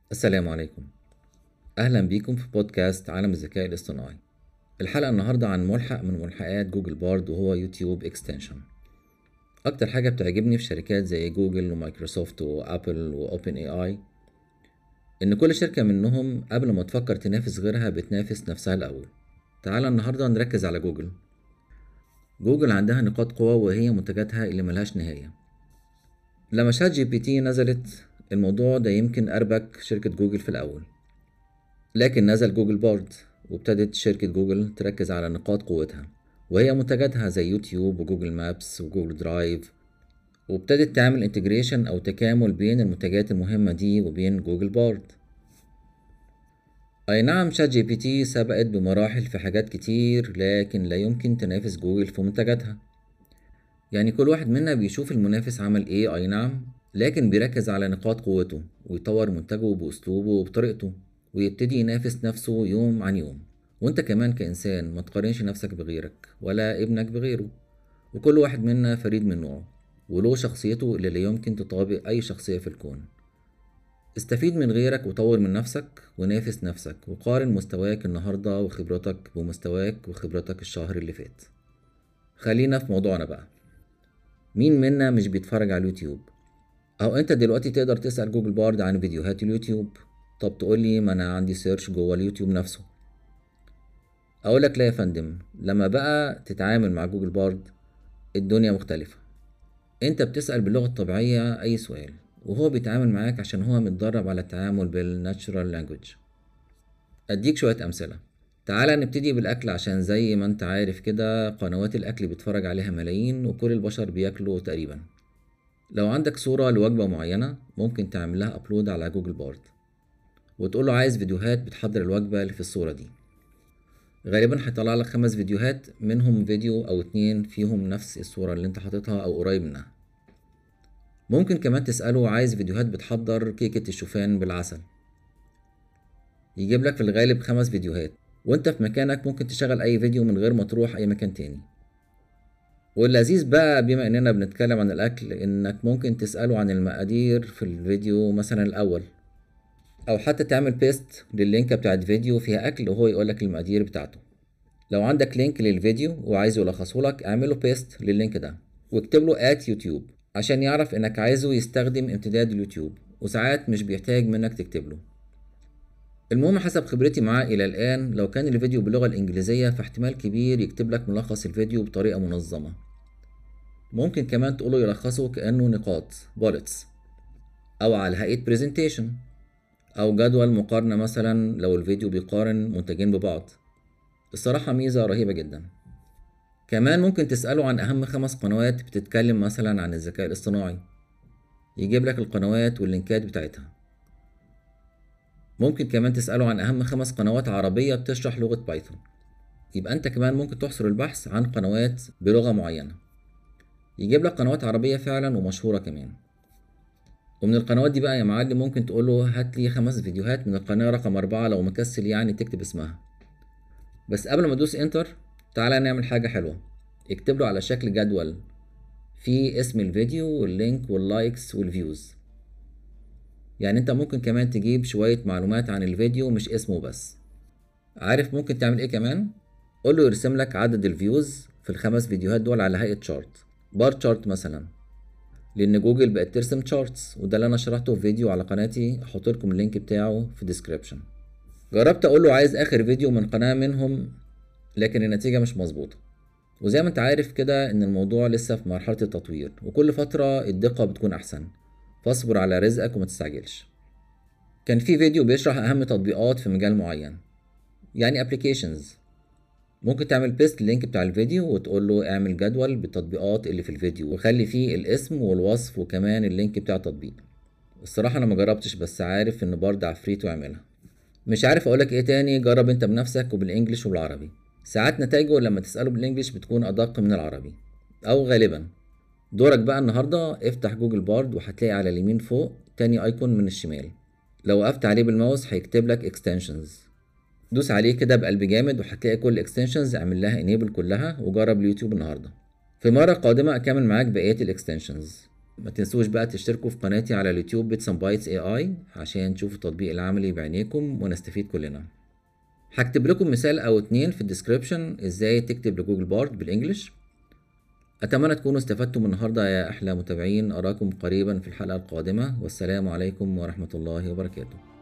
السلام عليكم. أهلا بيكم في بودكاست عالم الذكاء الاصطناعي. الحلقة النهاردة عن ملحق من ملحقات جوجل بارد وهو يوتيوب اكستنشن. أكتر حاجة بتعجبني في شركات زي جوجل ومايكروسوفت وأبل وأوبن اي آي إن كل شركة منهم قبل ما تفكر تنافس غيرها بتنافس نفسها الأول. تعالى النهاردة نركز على جوجل. جوجل عندها نقاط قوة وهي منتجاتها اللي ملهاش نهاية. لما شات جي بي تي نزلت الموضوع ده يمكن أربك شركة جوجل في الأول، لكن نزل جوجل بارد وابتدت شركة جوجل تركز على نقاط قوتها وهي منتجاتها زي يوتيوب وجوجل مابس وجوجل درايف، وابتدت تعمل انتجريشن أو تكامل بين المنتجات المهمة دي وبين جوجل بارد. أي نعم، شات جي بي تي سبقت بمراحل في حاجات كتير، لكن لا يمكن تنافس جوجل في منتجاتها. يعني كل واحد منا بيشوف المنافس عمل ايه، أي نعم، لكن بيركز على نقاط قوته ويطور منتجه بأسلوبه وبطريقته ويبتدي ينافس نفسه يوم عن يوم. وانت كمان كإنسان ما تقارنش نفسك بغيرك ولا ابنك بغيره، وكل واحد منا فريد من نوعه وله شخصيته اللي لا يمكن تطابق أي شخصية في الكون. استفيد من غيرك وطور من نفسك ونافس نفسك وقارن مستواك النهاردة وخبرتك بمستواك وخبرتك الشهر اللي فات. خلينا في موضوعنا بقى. مين منا مش بيتفرج على اليوتيوب؟ أو انت دلوقتي تقدر تسأل جوجل بارد عن فيديوهات اليوتيوب. طب تقولي ما انا عندي سيرش جوه اليوتيوب نفسه. اقولك لا يا فندم، لما بقى تتعامل مع جوجل بارد الدنيا مختلفة. انت بتسأل باللغة الطبيعية اي سؤال وهو بيتعامل معاك عشان هو متدرب على التعامل بالناتشورال لانجويج. اديك شوية امثلة. تعالى نبتدي بالاكل، عشان زي ما انت عارف كده قنوات الاكل بيتفرج عليها ملايين وكل البشر بياكلوا تقريبا. لو عندك صورة لوجبة معينة ممكن تعملها ابلود على جوجل بارد وتقول له عايز فيديوهات بتحضر الوجبة اللي في الصورة دي. غالبا هيطلع لك 5 فيديوهات، منهم فيديو او 2 فيهم نفس الصورة اللي انت حاططها او قريب منها. ممكن كمان تسأله عايز فيديوهات بتحضر كيكة الشوفان بالعسل، يجيب لك في الغالب 5 فيديوهات. وانت في مكانك ممكن تشغل اي فيديو من غير ما تروح اي مكان تاني. واللذيذ بقى بما اننا بنتكلم عن الاكل انك ممكن تسأله عن المقادير في الفيديو مثلا الاول، او حتى تعمل بيست لللينك بتاعت فيديو فيها اكل وهو يقولك المقادير بتاعته. لو عندك لينك للفيديو وعايزه يلخصه لك اعمله بيست لللينك ده واكتب له يوتيوب عشان يعرف انك عايزه يستخدم امتداد اليوتيوب، وساعات مش بيحتاج منك تكتب له. المهم حسب خبرتي معاه الى الان، لو كان الفيديو باللغة الانجليزية فاحتمال كبير يكتب لك ملخص الفيديو بطريقة منظمة. ممكن كمان تقوله يلخصه كأنه نقاط bullets او على هيئة بريزنتيشن او جدول مقارنة مثلا لو الفيديو بيقارن منتجين ببعض. الصراحة ميزة رهيبة جدا. كمان ممكن تسأله عن أهم 5 قنوات بتتكلم مثلا عن الذكاء الاصطناعي، يجيب لك القنوات واللينكات بتاعتها. ممكن كمان تسأله عن أهم 5 قنوات عربية بتشرح لغة بايثون، يبقى أنت كمان ممكن تحصر البحث عن قنوات بلغة معينة، يجيب لك قنوات عربية فعلا ومشهورة كمان. ومن القنوات دي بقى يا معلم ممكن تقوله هات لي 5 فيديوهات من القناة رقم 4 لو مكسل يعني تكتب اسمها. بس قبل ما تدوس انتر تعالى نعمل حاجة حلوة. اكتب له على شكل جدول في اسم الفيديو واللينك واللايكس والفيوز. يعني انت ممكن كمان تجيب شوية معلومات عن الفيديو مش اسمه بس. عارف ممكن تعمل ايه كمان؟ قوله يرسم لك عدد الفيوز في ال5 فيديوهات دول على هيئة شارت، بار تشارت مثلا، لان جوجل بقت ترسم تشارتس، وده اللي انا شرحته في فيديو على قناتي، احط لكم اللينك بتاعه في ديسكريبشن. جربت اقوله عايز اخر فيديو من قناة منهم لكن النتيجة مش مظبوطة. وزي ما انت عارف كده ان الموضوع لسه في مرحلة التطوير وكل فترة الدقة بتكون احسن، فاصبر على رزقك وما تستعجلش. كان في فيديو بيشرح اهم تطبيقات في مجال معين، يعني applications. ممكن تعمل بيست اللينك بتاع الفيديو وتقول له اعمل جدول بالتطبيقات اللي في الفيديو وخلي فيه الاسم والوصف وكمان اللينك بتاع التطبيق. الصراحة انا ما جربتش بس عارف ان برضه عفريت ويعملها. مش عارف اقولك ايه تاني، جرب انت بنفسك وبالانجليش وبالعربي. ساعات نتائجه لما تسأله بالانجليش بتكون ادق من العربي، او غالبا. دورك بقى النهاردة، افتح جوجل بارد وهتلاقي على اليمين فوق تاني ايكون من الشمال، لو وقفت عليه بالماوس هيكتب لك اكستنشنز. دوس عليه كده بقلب جامد وهتلاقي كل الاكستنشنز اعمل لها انيبل كلها وجرب اليوتيوب النهارده. في مرة قادمة اكمل معاك بقية الاكستنشنز. ما تنسوش بقى تشتركوا في قناتي على اليوتيوب بيتس اند بايتس اي اي عشان تشوفوا التطبيق العملي بعينيكم ونستفيد كلنا. هكتب لكم مثال او اتنين في الديسكريبشن ازاي تكتب لجوجل بارد بالانجلش. اتمنى تكونوا استفدتم النهارده يا احلى متابعين. اراكم قريبا في الحلقة القادمة، والسلام عليكم ورحمة الله وبركاته.